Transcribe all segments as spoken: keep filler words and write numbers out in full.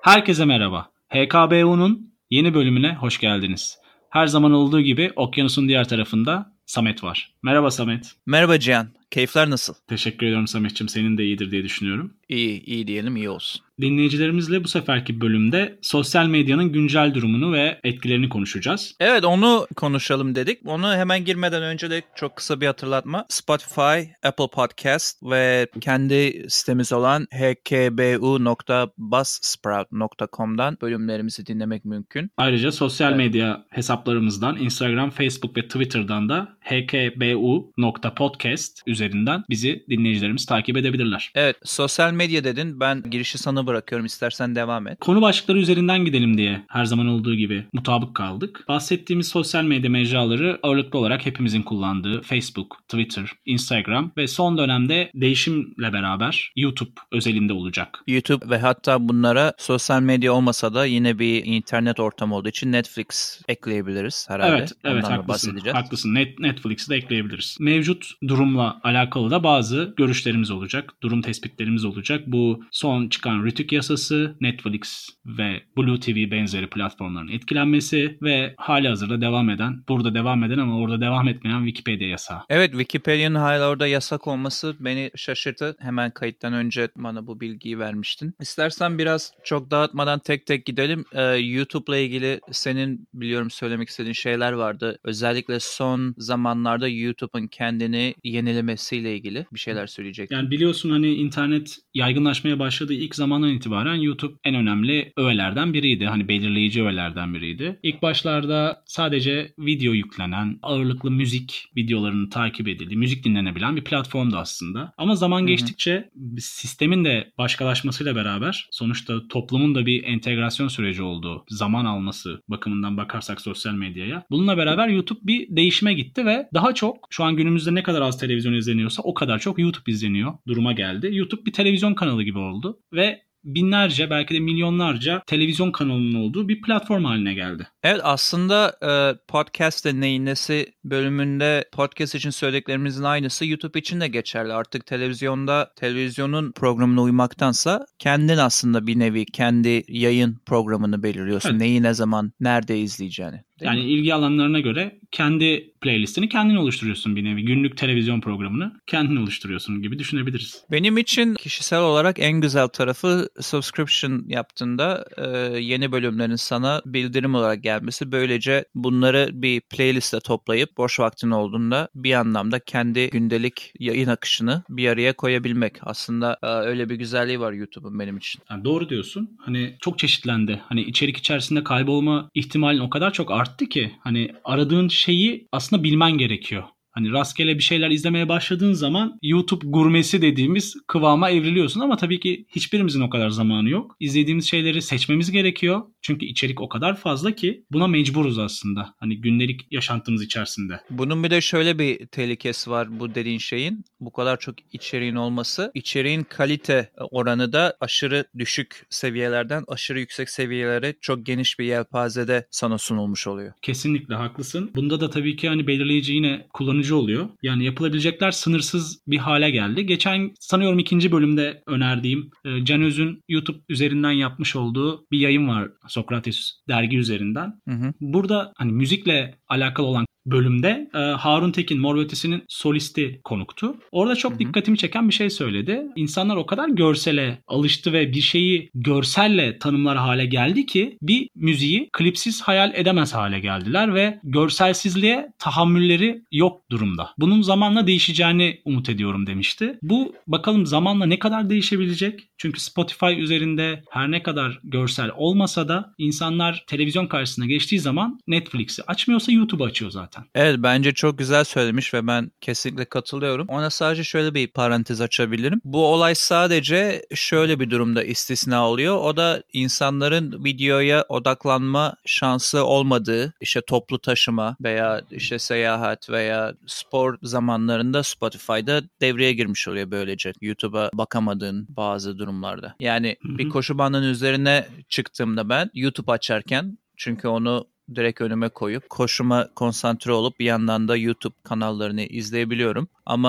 Herkese merhaba. H K B U'nun yeni bölümüne hoş geldiniz. Her zaman olduğu gibi okyanusun diğer tarafında Samet var. Merhaba Samet. Merhaba Cihan. Keyifler nasıl? Teşekkür ediyorum Samet'ciğim. Senin de iyidir diye düşünüyorum. İyi, iyi diyelim, iyi olsun. Dinleyicilerimizle bu seferki bölümde sosyal medyanın güncel durumunu ve etkilerini konuşacağız. Evet, onu konuşalım dedik. Onu hemen girmeden önce de çok kısa bir hatırlatma. Spotify, Apple Podcast ve kendi sitemiz olan h k b u nokta buzzsprout nokta com'dan bölümlerimizi dinlemek mümkün. Ayrıca sosyal Evet. medya hesaplarımızdan Instagram, Facebook ve Twitter'dan da h k b u nokta podcast üzerinden bizi dinleyicilerimiz takip edebilirler. Evet, sosyal medya dedin. Ben girişi sana bırakıyorum. İstersen devam et. Konu başlıkları üzerinden gidelim diye her zaman olduğu gibi mutabık kaldık. Bahsettiğimiz sosyal medya mecraları ağırlıklı olarak hepimizin kullandığı Facebook, Twitter, Instagram ve son dönemde değişimle beraber YouTube özelinde olacak. YouTube ve hatta bunlara sosyal medya olmasa da yine bir internet ortamı olduğu için Netflix ekleyebiliriz herhalde. Evet, evet Ondan da haklısın. bahsedeceğiz. Haklısın. Net, Netflix'i de ekleyebiliriz. Mevcut durumla alakalı da bazı görüşlerimiz olacak. Durum tespitlerimiz olacak. Bu son çıkan Rütük yasası, Netflix ve Blue T V benzeri platformların etkilenmesi ve halihazırda devam eden, burada devam eden ama orada devam etmeyen Wikipedia yasağı. Evet, Wikipedia'nın hala orada yasak olması beni şaşırttı. Hemen kayıttan önce bana bu bilgiyi vermiştin. İstersen biraz çok dağıtmadan tek tek gidelim. Ee, YouTube'la ilgili senin biliyorum söylemek istediğin şeyler vardı. Özellikle son zamanlarda YouTube'un kendini yenilemesiyle ilgili bir şeyler söyleyecektim. Yani biliyorsun hani internet yaygınlaşmaya başladığı ilk zamandan itibaren YouTube en önemli öğelerden biriydi. Hani belirleyici öğelerden biriydi. İlk başlarda sadece video yüklenen, ağırlıklı müzik videolarının takip edildiği, müzik dinlenebilen bir platformdu aslında. Ama zaman Hı hı. geçtikçe sistemin de başkalaşmasıyla beraber sonuçta toplumun da bir entegrasyon süreci olduğu, zaman alması bakımından bakarsak sosyal medyaya. Bununla beraber YouTube bir değişime gitti ve daha çok şu an günümüzde ne kadar az televizyon izleniyorsa o kadar çok YouTube izleniyor duruma geldi. YouTube bir televizyon kanalı gibi oldu ve binlerce belki de milyonlarca televizyon kanalının olduğu bir platform haline geldi. Evet, aslında e, podcast Neyin Nesi bölümünde podcast için söylediklerimizin aynısı YouTube için de geçerli. Artık televizyonda televizyonun programına uymaktansa kendin aslında bir nevi kendi yayın programını belirliyorsun. Evet. Neyi ne zaman nerede izleyeceğini. Değil Yani mi? ilgi alanlarına göre kendi playlistini kendin oluşturuyorsun bir nevi. Günlük televizyon programını kendin oluşturuyorsun gibi düşünebiliriz. Benim için kişisel olarak en güzel tarafı subscription yaptığında e, yeni bölümlerin sana bildirim olarak gelmesi. Böylece bunları bir playliste toplayıp boş vaktin olduğunda bir anlamda kendi gündelik yayın akışını bir araya koyabilmek. Aslında e, öyle bir güzelliği var YouTube'un benim için. Yani doğru diyorsun. Hani çok çeşitlendi. Hani içerik içerisinde kaybolma ihtimalin o kadar çok arttı ki hani aradığın şeyi aslında bilmen gerekiyor. Hani rastgele bir şeyler izlemeye başladığın zaman YouTube gurmesi dediğimiz kıvama evriliyorsun ama tabii ki hiçbirimizin o kadar zamanı yok. İzlediğimiz şeyleri seçmemiz gerekiyor. Çünkü içerik o kadar fazla ki buna mecburuz aslında. Hani gündelik yaşantımız içerisinde. Bunun bir de şöyle bir tehlikesi var bu dediğin şeyin. Bu kadar çok içeriğin olması. İçeriğin kalite oranı da aşırı düşük seviyelerden aşırı yüksek seviyelere çok geniş bir yelpazede sana sunulmuş oluyor. Kesinlikle haklısın. Bunda da tabii ki hani belirleyici yine kullanıcı oluyor. Yani yapılabilecekler sınırsız bir hale geldi. Geçen sanıyorum ikinci bölümde önerdiğim e, Can Öz'ün YouTube üzerinden yapmış olduğu bir yayın var Sokrates dergi üzerinden. Hı hı. Burada hani müzikle alakalı olan bölümde e, Harun Tekin Mor ve Ötesi'nin solisti konuktu. Orada çok Hı hı. dikkatimi çeken bir şey söyledi. İnsanlar o kadar görsele alıştı ve bir şeyi görselle tanımlar hale geldi ki bir müziği klipsiz hayal edemez hale geldiler ve görselsizliğe tahammülleri yok durumda. Bunun zamanla değişeceğini umut ediyorum demişti. Bu bakalım zamanla ne kadar değişebilecek? Çünkü Spotify üzerinde her ne kadar görsel olmasa da insanlar televizyon karşısına geçtiği zaman Netflix'i açmıyorsa YouTube'u açıyor zaten. Evet, bence çok güzel söylemiş ve ben kesinlikle katılıyorum. Ona sadece şöyle bir parantez açabilirim. Bu olay sadece şöyle bir durumda istisna oluyor. O da insanların videoya odaklanma şansı olmadığı, işte toplu taşıma veya işte seyahat veya spor zamanlarında Spotify'da devreye girmiş oluyor böylece. YouTube'a bakamadığın bazı durumlarda. Yani Hı hı. bir koşu bandının üzerine çıktığımda ben YouTube açarken, çünkü onu direkt önüme koyup koşuma konsantre olup bir yandan da YouTube kanallarını izleyebiliyorum. Ama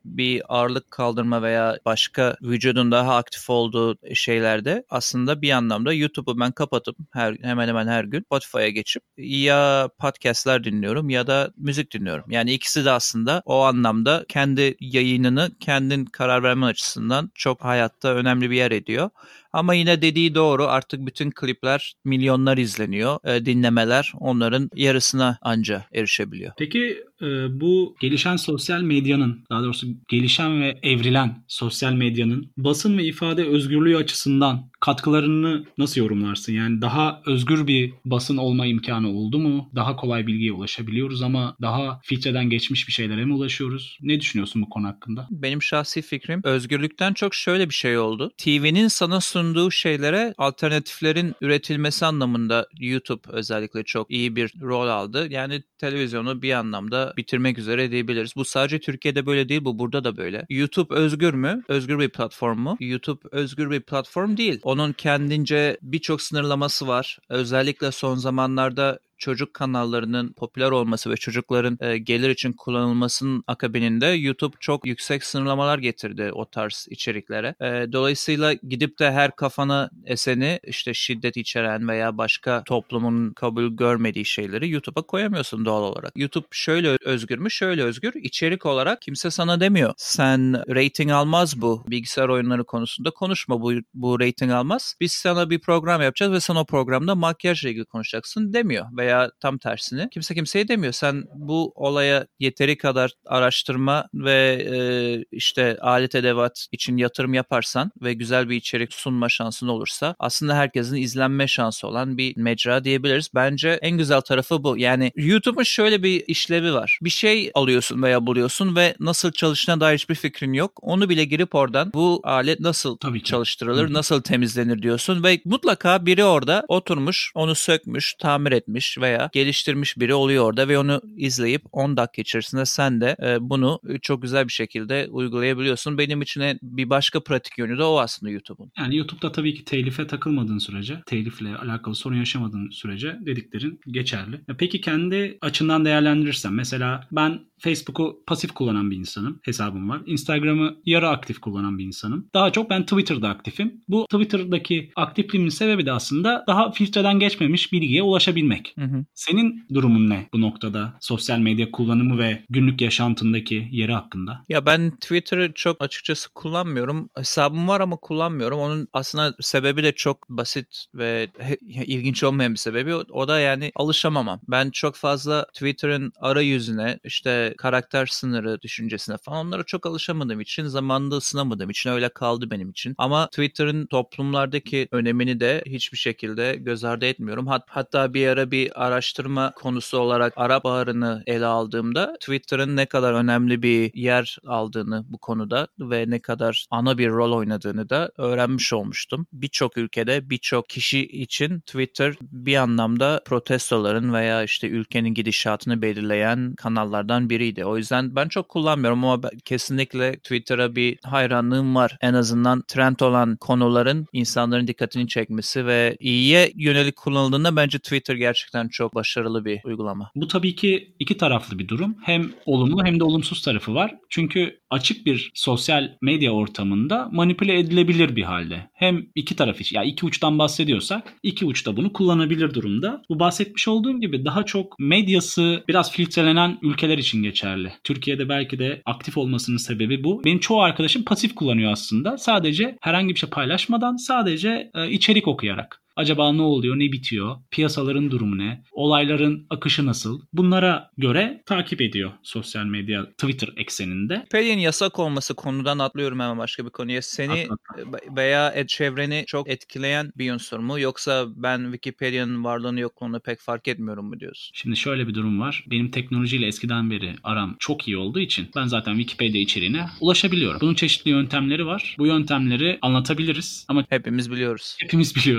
bir ağırlık kaldırma veya başka vücudun daha aktif olduğu şeylerde aslında bir anlamda YouTube'u ben kapatıp her, hemen hemen her gün Spotify'a geçip ya podcastler dinliyorum ya da müzik dinliyorum. Yani ikisi de aslında o anlamda kendi yayınını kendin karar verme açısından çok hayatta önemli bir yer ediyor. Ama yine dediği doğru, artık bütün klipler milyonlar izleniyor. E, dinlemeler onların yarısına anca erişebiliyor. Peki e, bu gelişen sosyal medyanın, daha doğrusu gelişen ve evrilen sosyal medyanın basın ve ifade özgürlüğü açısından katkılarını nasıl yorumlarsın? Yani daha özgür bir basın olma imkanı oldu mu? Daha kolay bilgiye ulaşabiliyoruz ama daha filtreden geçmiş bir şeylere mi ulaşıyoruz? Ne düşünüyorsun bu konu hakkında? Benim şahsi fikrim özgürlükten çok şöyle bir şey oldu. T V'nin sana sunduğu şeylere alternatiflerin üretilmesi anlamında YouTube özellikle çok iyi bir rol aldı. Yani televizyonu bir anlamda bitirmek üzere diyebiliriz. Bu sadece Türkiye'de böyle değil, bu burada da böyle. YouTube özgür mü? Özgür bir platform mu? YouTube özgür bir platform değil. Onun kendince birçok sınırlaması var. Özellikle son zamanlarda çocuk kanallarının popüler olması ve çocukların e, gelir için kullanılmasının akabininde YouTube çok yüksek sınırlamalar getirdi o tarz içeriklere. E, dolayısıyla gidip de her kafana eseni işte şiddet içeren veya başka toplumun kabul görmediği şeyleri YouTube'a koyamıyorsun doğal olarak. YouTube şöyle özgür mü? Şöyle özgür. İçerik olarak kimse sana demiyor. Sen rating almaz bu. Bilgisayar oyunları konusunda konuşma. Bu, bu rating almaz. Biz sana bir program yapacağız ve sen o programda makyajla ilgili konuşacaksın demiyor. Veya tam tersini. Kimse kimseye demiyor. Sen bu olaya yeteri kadar araştırma ve e, işte alet edevat için yatırım yaparsan ve güzel bir içerik sunma şansın olursa aslında herkesin izlenme şansı olan bir mecra diyebiliriz. Bence en güzel tarafı bu. Yani YouTube'un şöyle bir işlevi var. Bir şey alıyorsun veya buluyorsun ve nasıl çalıştığına dair hiçbir fikrin yok. Onu bile girip oradan bu alet nasıl çalıştırılır, Hı-hı. nasıl temizlenir diyorsun ve mutlaka biri orada oturmuş, onu sökmüş, tamir etmiş veya geliştirmiş biri oluyor orada ve onu izleyip on dakika içerisinde sen de e, bunu çok güzel bir şekilde uygulayabiliyorsun. Benim için bir başka pratik yönü de o aslında YouTube'un. Yani YouTube'da tabii ki telife takılmadığın sürece, telifle alakalı sorun yaşamadığın sürece dediklerin geçerli. Peki kendi açından değerlendirirsen, mesela ben Facebook'u pasif kullanan bir insanım. Hesabım var. Instagram'ı yarı aktif kullanan bir insanım. Daha çok ben Twitter'da aktifim. Bu Twitter'daki aktifliğimin sebebi de aslında daha filtreden geçmemiş bilgiye ulaşabilmek. Hı hı. Senin durumun ne bu noktada? Sosyal medya kullanımı ve günlük yaşantındaki yeri hakkında? Ya ben Twitter'ı çok açıkçası kullanmıyorum. Hesabım var ama kullanmıyorum. Onun aslında sebebi de çok basit ve ilginç olmayan bir sebebi. O da yani alışamamam. Ben çok fazla Twitter'ın arayüzüne, işte karakter sınırı düşüncesine falan onlara çok alışamadığım için, zamanında ısınamadığım için öyle kaldı benim için. Ama Twitter'ın toplumlardaki önemini de hiçbir şekilde göz ardı etmiyorum. Hat- hatta bir ara bir araştırma konusu olarak Arap Baharı'nı ele aldığımda Twitter'ın ne kadar önemli bir yer aldığını bu konuda ve ne kadar ana bir rol oynadığını da öğrenmiş olmuştum. Birçok ülkede birçok kişi için Twitter bir anlamda protestoların veya işte ülkenin gidişatını belirleyen kanallardan biriydi. O yüzden ben çok kullanmıyorum ama kesinlikle Twitter'a bir hayranlığım var. En azından trend olan konuların insanların dikkatini çekmesi ve iyiye yönelik kullanıldığında bence Twitter gerçekten çok başarılı bir uygulama. Bu tabii ki iki taraflı bir durum. Hem olumlu hem de olumsuz tarafı var. Çünkü açık bir sosyal medya ortamında manipüle edilebilir bir halde. Hem iki taraf için, ya iki uçtan bahsediyorsak iki uçta bunu kullanabilir durumda. Bu bahsetmiş olduğum gibi daha çok medyası biraz filtrelenen ülkeler için geçerli. Türkiye'de belki de aktif olmasının sebebi bu. Benim çoğu arkadaşım pasif kullanıyor aslında. Sadece herhangi bir şey paylaşmadan, sadece e, içerik okuyarak. Acaba ne oluyor, ne bitiyor, piyasaların durumu ne, olayların akışı nasıl? Bunlara göre takip ediyor sosyal medya Twitter ekseninde. Wikipedia'nın yasak olması, konudan atlıyorum hemen başka bir konuya. Seni Atlat. veya çevreni çok etkileyen bir unsur mu? Yoksa ben Wikipedia'nın varlığını yokluğunu pek fark etmiyorum mu diyorsun? Şimdi şöyle bir durum var. Benim teknolojiyle eskiden beri aram çok iyi olduğu için ben zaten Wikipedia içeriğine ulaşabiliyorum. Bunun çeşitli yöntemleri var. Bu yöntemleri anlatabiliriz ama hepimiz biliyoruz. Hepimiz biliyoruz.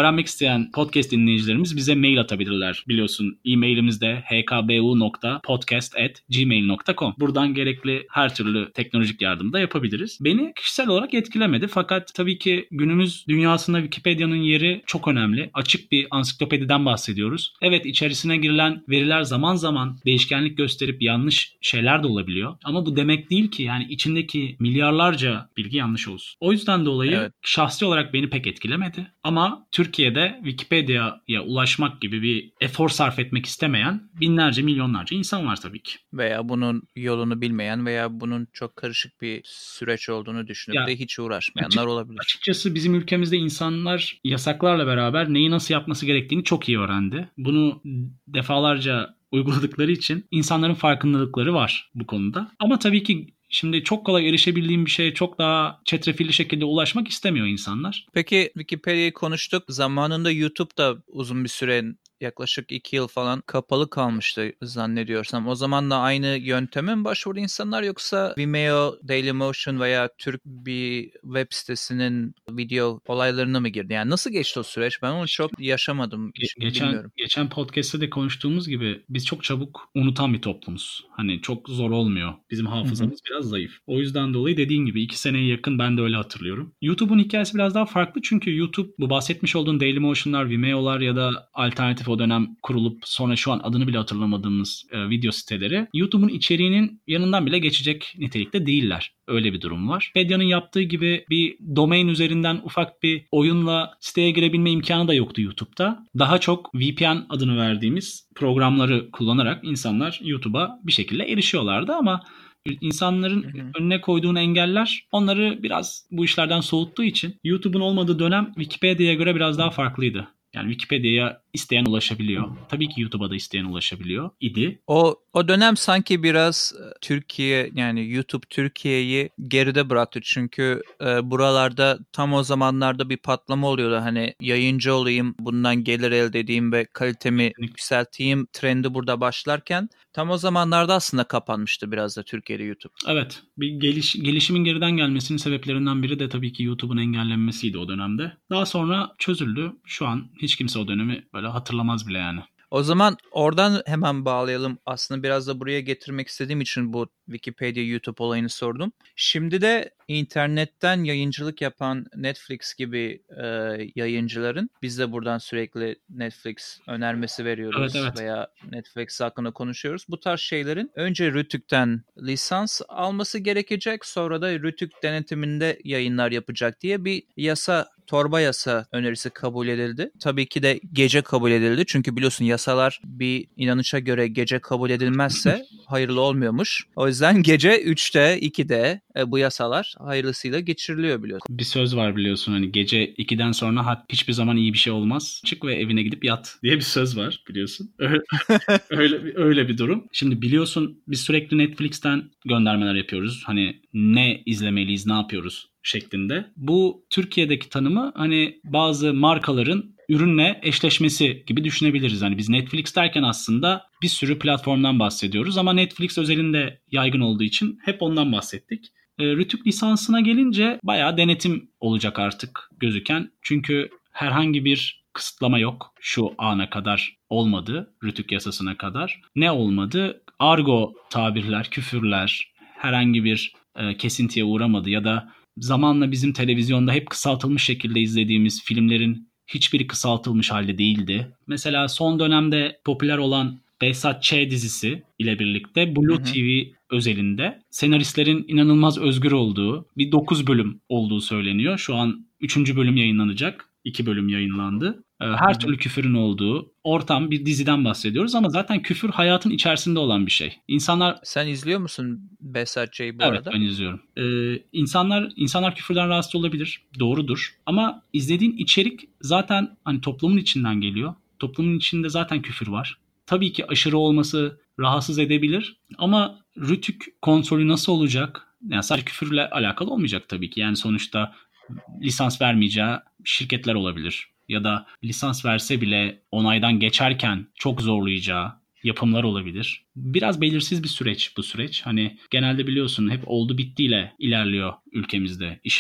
öğrenmek isteyen podcast dinleyicilerimiz bize mail atabilirler. Biliyorsun e-mailimiz de h k b u nokta podcast at gmail nokta com. Buradan gerekli her türlü teknolojik yardım da yapabiliriz. Beni kişisel olarak etkilemedi fakat tabii ki günümüz dünyasında Wikipedia'nın yeri çok önemli. Açık bir ansiklopediden bahsediyoruz. Evet, içerisine girilen veriler zaman zaman değişkenlik gösterip yanlış şeyler de olabiliyor. Ama bu demek değil ki yani içindeki milyarlarca bilgi yanlış olsun. O yüzden dolayı evet. Şahsi olarak beni pek etkilemedi. Ama Türkiye'de Wikipedia'ya ulaşmak gibi bir efor sarf etmek istemeyen binlerce, milyonlarca insan var tabii ki. Veya bunun yolunu bilmeyen veya bunun çok karışık bir süreç olduğunu düşünüp ya, de hiç uğraşmayanlar açık, olabilir. Açıkçası bizim ülkemizde insanlar yasaklarla beraber neyi nasıl yapması gerektiğini çok iyi öğrendi. Bunu defalarca uyguladıkları için insanların farkındalıkları var bu konuda. Ama tabii ki şimdi çok kolay erişebildiğim bir şeye çok daha çetrefilli şekilde ulaşmak istemiyor insanlar. Peki Wikipedia'yı konuştuk. Zamanında YouTube'da uzun bir süre, yaklaşık iki yıl falan kapalı kalmıştı zannediyorsam. O zaman da aynı yönteme mi başvurdu insanlar, yoksa Vimeo, Dailymotion veya Türk bir web sitesinin video olaylarına mı girdi? Yani nasıl geçti o süreç? Ben onu çok yaşamadım. Ge- geçen, bilmiyorum. Geçen podcast'te de konuştuğumuz gibi biz çok çabuk unutan bir toplumuz. Hani çok zor olmuyor. Bizim hafızamız Hı-hı. biraz zayıf. O yüzden dolayı dediğin gibi iki seneye yakın ben de öyle hatırlıyorum. YouTube'un hikayesi biraz daha farklı çünkü YouTube bu bahsetmiş olduğun Dailymotion'lar, Vimeo'lar ya da alternatif o dönem kurulup sonra şu an adını bile hatırlamadığımız e, video siteleri YouTube'un içeriğinin yanından bile geçecek nitelikte değiller. Öyle bir durum var. Wikipedia'nın yaptığı gibi bir domain üzerinden ufak bir oyunla siteye girebilme imkanı da yoktu YouTube'da. Daha çok V P N adını verdiğimiz programları kullanarak insanlar YouTube'a bir şekilde erişiyorlardı ama İnsanların hı hı. önüne koyduğun engeller onları biraz bu işlerden soğuttuğu için YouTube'un olmadığı dönem Wikipedia'ya göre biraz daha farklıydı. Yani Wikipedia'ya isteyen ulaşabiliyor. Tabii ki YouTube'a da isteyen ulaşabiliyor idi. O o dönem sanki biraz Türkiye, yani YouTube Türkiye'yi geride bıraktı. Çünkü e, buralarda tam o zamanlarda bir patlama oluyordu. Hani yayıncı olayım, bundan gelir elde edeyim ve kalitemi yükselteyim trendi burada başlarken tam o zamanlarda aslında kapanmıştı biraz da Türkiye'de YouTube. Evet. Bir geliş, gelişimin geriden gelmesinin sebeplerinden biri de tabii ki YouTube'un engellenmesiydi o dönemde. Daha sonra çözüldü. Şu an hiç kimse o dönemi böyle hatırlamaz bile yani. O zaman oradan hemen bağlayalım. Aslında biraz da buraya getirmek istediğim için bu Wikipedia YouTube olayını sordum. Şimdi de internetten yayıncılık yapan Netflix gibi e, yayıncıların, biz de buradan sürekli Netflix önermesi veriyoruz evet, evet. veya Netflix hakkında konuşuyoruz. Bu tarz şeylerin önce Rütük'ten lisans alması gerekecek, sonra da Rütük denetiminde yayınlar yapacak diye bir yasa, torba yasa önerisi kabul edildi. Tabii ki de gece kabul edildi. Çünkü biliyorsun yasalar bir inanışa göre gece kabul edilmezse hayırlı olmuyormuş. O yüzden gece üçte, ikide e, bu yasalar hayırlısıyla geçiriliyor biliyorsun. Bir söz var biliyorsun, hani gece ikiden sonra hiçbir zaman iyi bir şey olmaz. Çık ve evine gidip yat diye bir söz var biliyorsun. Öyle, öyle, öyle bir durum. Şimdi biliyorsun biz sürekli Netflix'ten göndermeler yapıyoruz. Hani ne izlemeliyiz, ne yapıyoruz şeklinde. Bu Türkiye'deki tanımı hani bazı markaların ürünle eşleşmesi gibi düşünebiliriz. Hani biz Netflix derken aslında bir sürü platformdan bahsediyoruz ama Netflix özelinde yaygın olduğu için hep ondan bahsettik. E, Rütük lisansına gelince bayağı denetim olacak artık gözüken. Çünkü herhangi bir kısıtlama yok. Şu ana kadar olmadı, Rütük yasasına kadar. Ne olmadı? Argo tabirler, küfürler herhangi bir e, kesintiye uğramadı ya da zamanla bizim televizyonda hep kısaltılmış şekilde izlediğimiz filmlerin hiçbiri kısaltılmış halde değildi. Mesela son dönemde popüler olan Behzat Ç. dizisi ile birlikte Blue hı hı. T V özelinde senaristlerin inanılmaz özgür olduğu bir dokuz bölüm olduğu söyleniyor. Şu an üçüncü bölüm yayınlanacak. iki bölüm yayınlandı. Her hı hı. türlü küfürün olduğu ortam bir diziden bahsediyoruz ama zaten küfür hayatın içerisinde olan bir şey. İnsanlar... Sen izliyor musun Behzat Ç'yi bu evet, arada? Evet, ben izliyorum. Ee, insanlar insanlar küfürden rahatsız olabilir. Doğrudur. Ama izlediğin içerik zaten hani toplumun içinden geliyor. Toplumun içinde zaten küfür var. Tabii ki aşırı olması rahatsız edebilir ama Rütük kontrolü nasıl olacak? Yani sadece küfürle alakalı olmayacak tabii ki. Yani sonuçta lisans vermeyeceği şirketler olabilir. Ya da lisans verse bile onaydan geçerken çok zorlayacağı yapımlar olabilir. Biraz belirsiz bir süreç bu süreç. Hani genelde biliyorsun hep oldu bittiyle ilerliyor ülkemizde işler.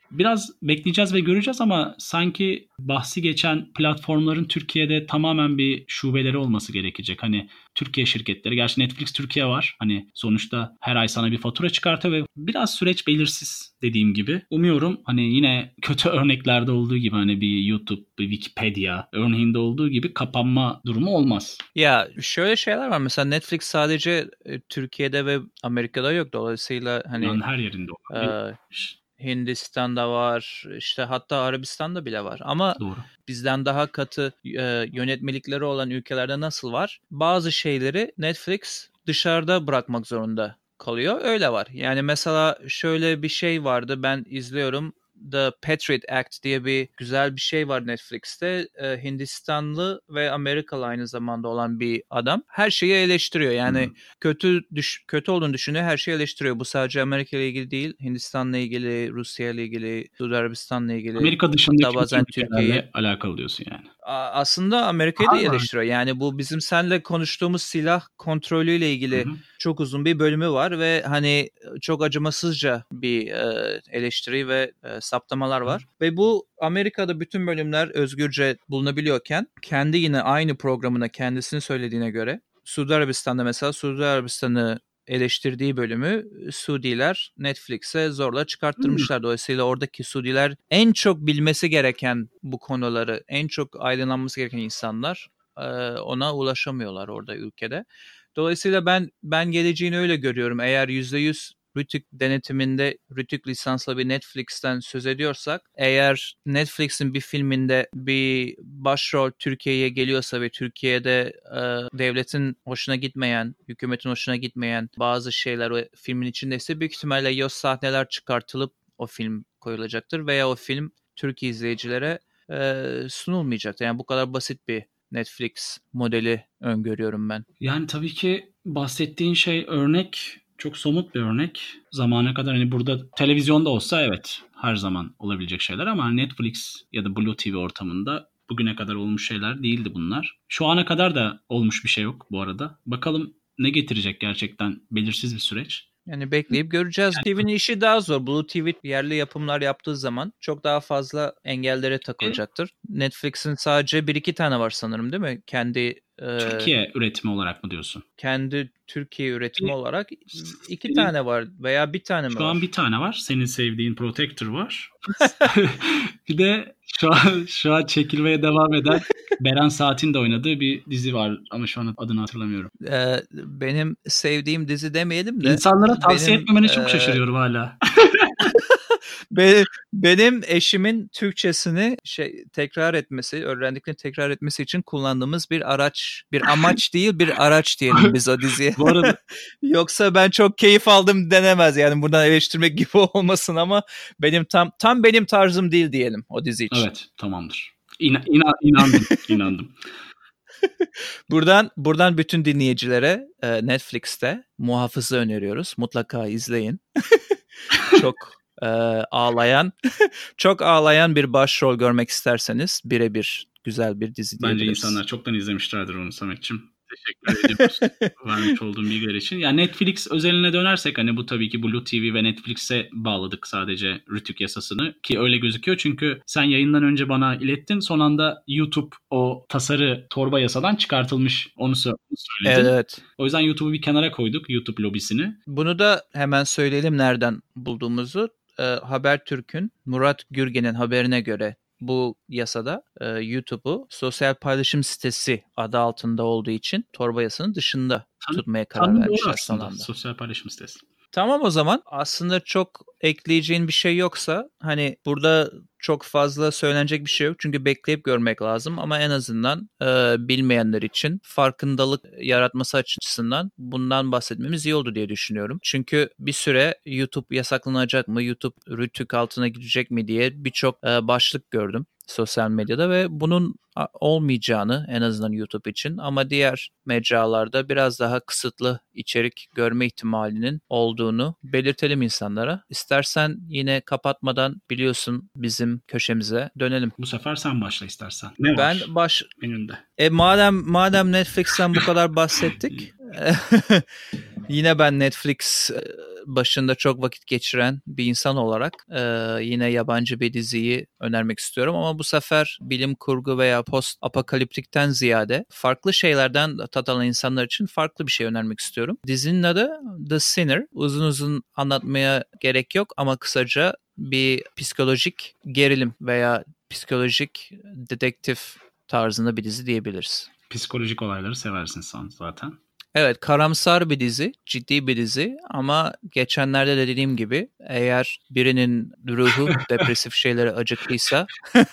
Biraz bekleyeceğiz ve göreceğiz ama sanki bahsi geçen platformların Türkiye'de tamamen bir şubeleri olması gerekecek. Hani Türkiye şirketleri, gerçi Netflix Türkiye var. Hani sonuçta her ay sana bir fatura çıkartıyor ve biraz süreç belirsiz dediğim gibi. Umuyorum hani yine kötü örneklerde olduğu gibi hani bir YouTube, bir Wikipedia örneğinde olduğu gibi kapanma durumu olmaz. Ya şöyle şeyler var. Mesela Netflix sadece Türkiye'de ve Amerika'da yok. Dolayısıyla hani yani her yerinde var. E, Hindistan'da var, işte hatta Arabistan'da bile var. Ama Doğru. bizden daha katı e, yönetmelikleri olan ülkelerde nasıl var? Bazı şeyleri Netflix dışarıda bırakmak zorunda kalıyor. Öyle var. Yani mesela şöyle bir şey vardı. Ben izliyorum. The Patriot Act diye bir güzel bir şey var Netflix'te. Ee, Hindistanlı ve Amerikalı aynı zamanda olan bir adam. Her şeyi eleştiriyor. Yani hmm. kötü düş- kötü olduğunu düşünüyor. Her şeyi eleştiriyor. Bu sadece Amerika ile ilgili değil. Hindistan'la ilgili, Rusya ile ilgili, Suudi Arabistan'la ilgili. Amerika dışındaki bazen Türkiye'yle alakalı diyorsun yani. Aslında Amerika'yı da eleştiriyor. Yani bu bizim seninle konuştuğumuz silah kontrolüyle ilgili hı hı. çok uzun bir bölümü var ve hani çok acımasızca bir e, eleştiri ve e, saptamalar var. Hı. Ve bu Amerika'da bütün bölümler özgürce bulunabiliyorken kendi yine aynı programına kendisini söylediğine göre Suudi Arabistan'da mesela Suudi Arabistan'ı eleştirdiği bölümü Suudiler Netflix'e zorla çıkarttırmışlar. Hmm. Dolayısıyla oradaki Suudiler en çok bilmesi gereken bu konuları, en çok aydınlanması gereken insanlar ona ulaşamıyorlar orada ülkede. Dolayısıyla ben ben geleceğini öyle görüyorum. Eğer yüzde yüz Rütük denetiminde Rütük lisanslı bir Netflix'ten söz ediyorsak, eğer Netflix'in bir filminde bir başrol Türkiye'ye geliyorsa ve Türkiye'de e, devletin hoşuna gitmeyen, hükümetin hoşuna gitmeyen bazı şeyler o filmin içindeyse büyük ihtimalle ya sahneler çıkartılıp o film koyulacaktır veya o film Türkiye izleyicilere e, sunulmayacaktır. Yani bu kadar basit bir Netflix modeli öngörüyorum ben. Yani tabii ki bahsettiğin şey örnek çok somut bir örnek. Zamana kadar hani burada televizyonda olsa evet her zaman olabilecek şeyler ama Netflix ya da Blue T V ortamında bugüne kadar olmuş şeyler değildi bunlar. Şu ana kadar da olmuş bir şey yok bu arada. Bakalım ne getirecek gerçekten belirsiz bir süreç. Yani bekleyip göreceğiz. Yani, T V'nin işi daha zor. Blue T V yerli yapımlar yaptığı zaman çok daha fazla engellere takılacaktır. Evet. Netflix'in sadece bir iki tane var sanırım değil mi? Kendi Türkiye e, üretimi olarak mı diyorsun? Kendi Türkiye üretimi e, olarak iki senin, tane var veya bir tane mi şu var? Şu an bir tane var. Senin sevdiğin Protector var. Bir de şu an şu an çekilmeye devam eden Beren Saat'in de oynadığı bir dizi var ama şu an adını hatırlamıyorum. Ee, benim sevdiğim dizi demeyelim de. İnsanlara tavsiye benim, etmemene çok e... şaşırıyorum hala. benim, benim eşimin Türkçesini şey tekrar etmesi, öğrendiklerini tekrar etmesi için kullandığımız bir araç, bir amaç değil bir araç diyelim biz o diziye. Bu arada yoksa ben çok keyif aldım denemez yani buradan eleştirmek gibi olmasın ama benim tam tam benim tarzım değil diyelim o dizi için. Evet, tamamdır. İna, ina, inandım, inandım. Buradan buradan bütün dinleyicilere e, Netflix'te Muhafız'ı öneriyoruz. Mutlaka izleyin. Çok e, ağlayan, çok ağlayan bir başrol görmek isterseniz birebir güzel bir dizi diyebiliriz. Bence insanlar çoktan izlemişlerdir onu Samet'ciğim. Teşekkür ediyoruz vermiş olduğum bilgiler için. Yani Netflix özeline dönersek hani bu tabii ki Blue T V ve Netflix'e bağladık sadece Rütük yasasını ki öyle gözüküyor. Çünkü sen yayından önce bana ilettin. Son anda YouTube o tasarı torba yasadan çıkartılmış. Onu söyledin. Evet. O yüzden YouTube'u bir kenara koyduk. YouTube lobisini. Bunu da hemen söyleyelim nereden bulduğumuzu. E, Habertürk'ün Murat Gürgen'in haberine göre bu yasada e, YouTube'u sosyal paylaşım sitesi adı altında olduğu için torba yasanın dışında Tan- tutmaya karar vermişler son anda. Sosyal paylaşım sitesi. Tamam o zaman aslında çok ekleyeceğin bir şey yoksa hani burada çok fazla söylenecek bir şey yok. Çünkü bekleyip görmek lazım ama en azından e, bilmeyenler için farkındalık yaratması açısından bundan bahsetmemiz iyi oldu diye düşünüyorum. Çünkü bir süre YouTube yasaklanacak mı, YouTube Rütük altına girecek mi diye birçok e, başlık gördüm sosyal medyada ve bunun olmayacağını en azından YouTube için ama diğer mecralarda biraz daha kısıtlı içerik görme ihtimalinin olduğunu belirtelim insanlara. İstersen yine kapatmadan biliyorsun bizim köşemize dönelim. Bu sefer sen başla istersen. Ne ben var baş menünde? E madem madem Netflix'ten bu kadar bahsettik. Yine ben Netflix başında çok vakit geçiren bir insan olarak e, yine yabancı bir diziyi önermek istiyorum. Ama bu sefer bilim kurgu veya post apokaliptikten ziyade farklı şeylerden tat alan insanlar için farklı bir şey önermek istiyorum. Dizinin adı The Sinner. Uzun uzun anlatmaya gerek yok ama kısaca bir psikolojik gerilim veya psikolojik dedektif tarzında bir dizi diyebiliriz. Psikolojik olayları seversin sen zaten. Evet, karamsar bir dizi, ciddi bir dizi ama geçenlerde de dediğim gibi eğer birinin ruhu depresif şeylere acıktıysa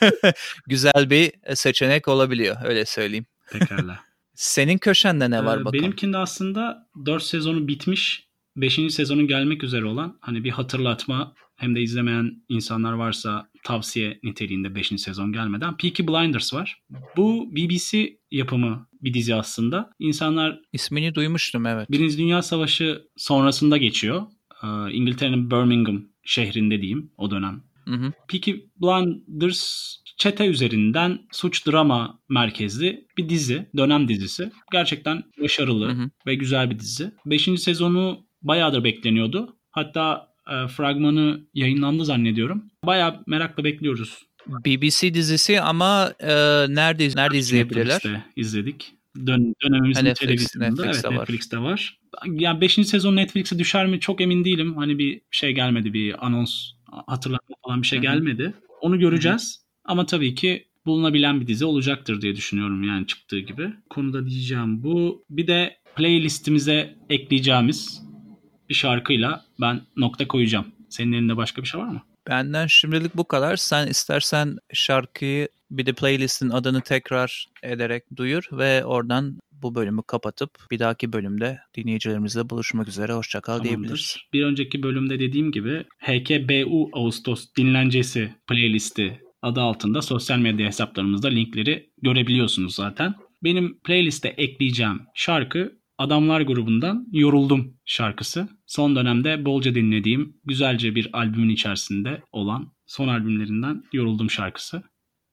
güzel bir seçenek olabiliyor, öyle söyleyeyim. Pekala. Senin köşende ne var Ee, bakalım? Benimkinde aslında dört sezonu bitmiş, beşinci sezonun gelmek üzere olan hani bir hatırlatma, hem de izlemeyen insanlar varsa tavsiye niteliğinde beşinci sezon gelmeden Peaky Blinders var. Bu B B C yapımı bir dizi aslında. İnsanlar İsmini duymuştum, evet. Birinci Dünya Savaşı sonrasında geçiyor. Ee, İngiltere'nin Birmingham şehrinde diyeyim o dönem. Hı hı. Peaky Blinders çete üzerinden suç drama merkezli bir dizi, dönem dizisi. Gerçekten başarılı Hı hı. ve güzel bir dizi. Beşinci sezonu bayağıdır bekleniyordu. Hatta e, fragmanı yayınlandı zannediyorum. Bayağı merakla bekliyoruz. B B C dizisi ama e, nerede nerede izleyebilirler? Netflix'te izledik. Dön, dönemimizin Netflix, televizyonunda. Netflix'te evet var. Netflix'te var. Yani beşinci sezon Netflix'e düşer mi çok emin değilim. Hani bir şey gelmedi, bir anons, hatırlatma falan bir şey Hı hı. gelmedi. Onu göreceğiz. Ama tabii ki bulunabilen bir dizi olacaktır diye düşünüyorum yani çıktığı gibi. Konuda diyeceğim bu. Bir de playlistimize ekleyeceğimiz bir şarkıyla ben nokta koyacağım. Senin elinde başka bir şey var mı? Benden şimdilik bu kadar. Sen istersen şarkıyı bir de playlistin adını tekrar ederek duyur ve oradan bu bölümü kapatıp bir dahaki bölümde dinleyicilerimizle buluşmak üzere. Hoşça kal diyebiliriz. Bir önceki bölümde dediğim gibi H K B U Ağustos dinlencesi playlisti adı altında sosyal medya hesaplarımızda linkleri görebiliyorsunuz zaten. Benim playliste ekleyeceğim şarkı Adamlar grubundan Yoruldum şarkısı. Son dönemde bolca dinlediğim güzelce bir albümün içerisinde olan son albümlerinden Yoruldum şarkısı.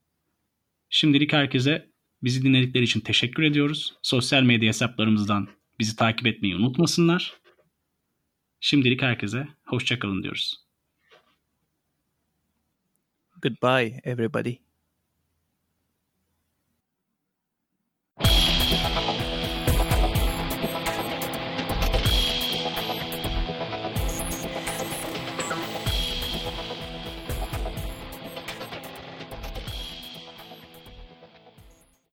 Şimdilik herkese bizi dinledikleri için teşekkür ediyoruz. Sosyal medya hesaplarımızdan bizi takip etmeyi unutmasınlar. Şimdilik herkese hoşça kalın diyoruz. Goodbye everybody.